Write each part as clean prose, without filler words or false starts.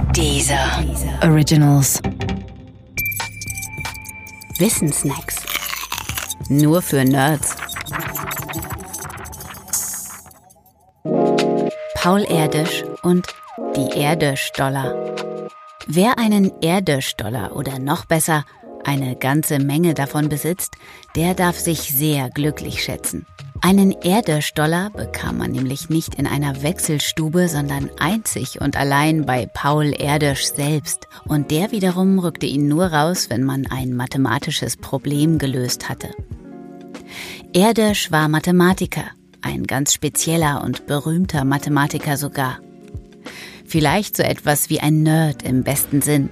Deezer Originals. Wissensnacks. Nur für Nerds. Paul Erdős und die Erdős-Dollar. Wer einen Erdős-Dollar oder noch besser eine ganze Menge davon besitzt, der darf sich sehr glücklich schätzen. Einen Erdős-Dollar bekam man nämlich nicht in einer Wechselstube, sondern einzig und allein bei Paul Erdős selbst. Und der wiederum rückte ihn nur raus, wenn man ein mathematisches Problem gelöst hatte. Erdős war Mathematiker, ein ganz spezieller und berühmter Mathematiker sogar. Vielleicht so etwas wie ein Nerd im besten Sinn.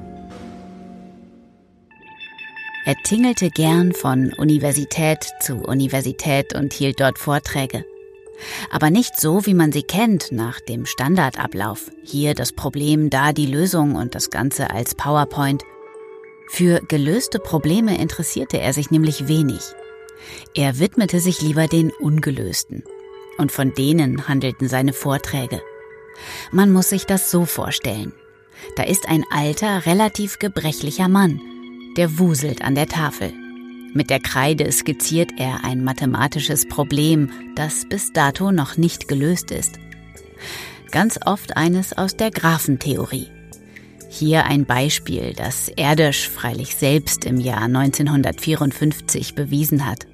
Er tingelte gern von Universität zu Universität und hielt dort Vorträge. Aber nicht so, wie man sie kennt, nach dem Standardablauf. Hier das Problem, da die Lösung und das Ganze als PowerPoint. Für gelöste Probleme interessierte er sich nämlich wenig. Er widmete sich lieber den ungelösten. Und von denen handelten seine Vorträge. Man muss sich das so vorstellen. Da ist ein alter, relativ gebrechlicher Mann. Der wuselt an der Tafel. Mit der Kreide skizziert er ein mathematisches Problem, das bis dato noch nicht gelöst ist. Ganz oft eines aus der Graphentheorie. Hier ein Beispiel, das Erdős freilich selbst im Jahr 1954 bewiesen hat.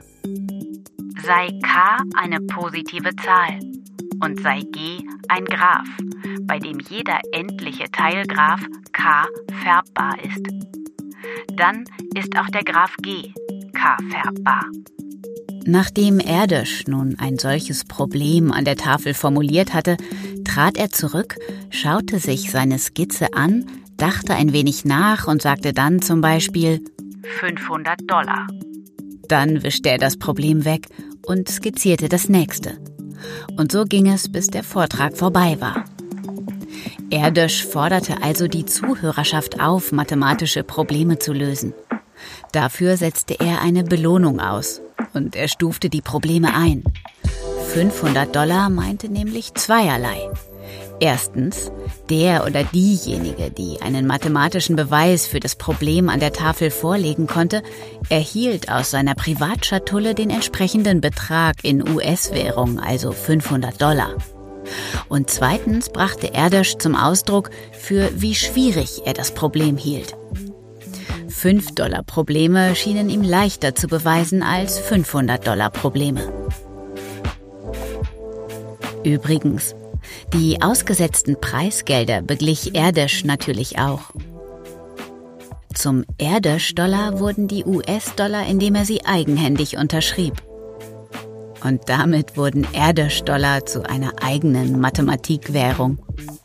Sei k eine positive Zahl und sei g ein Graph, bei dem jeder endliche Teilgraph k färbbar ist. Dann ist auch der Graph G k-färbbar. Nachdem Erdős nun ein solches Problem an der Tafel formuliert hatte, trat er zurück, schaute sich seine Skizze an, dachte ein wenig nach und sagte dann zum Beispiel $500. Dann wischte er das Problem weg und skizzierte das nächste. Und so ging es, bis der Vortrag vorbei war. Erdős forderte also die Zuhörerschaft auf, mathematische Probleme zu lösen. Dafür setzte er eine Belohnung aus und er stufte die Probleme ein. $500 meinte nämlich zweierlei. Erstens, der oder diejenige, die einen mathematischen Beweis für das Problem an der Tafel vorlegen konnte, erhielt aus seiner Privatschatulle den entsprechenden Betrag in US-Währung, also $500. Und zweitens brachte Erdős zum Ausdruck, für wie schwierig er das Problem hielt. $5-Probleme schienen ihm leichter zu beweisen als $500-Probleme. Übrigens, die ausgesetzten Preisgelder beglich Erdős natürlich auch. Zum Erdős-Dollar wurden die US-Dollar, indem er sie eigenhändig unterschrieb. Und damit wurden Erdős-Dollar zu einer eigenen Mathematikwährung.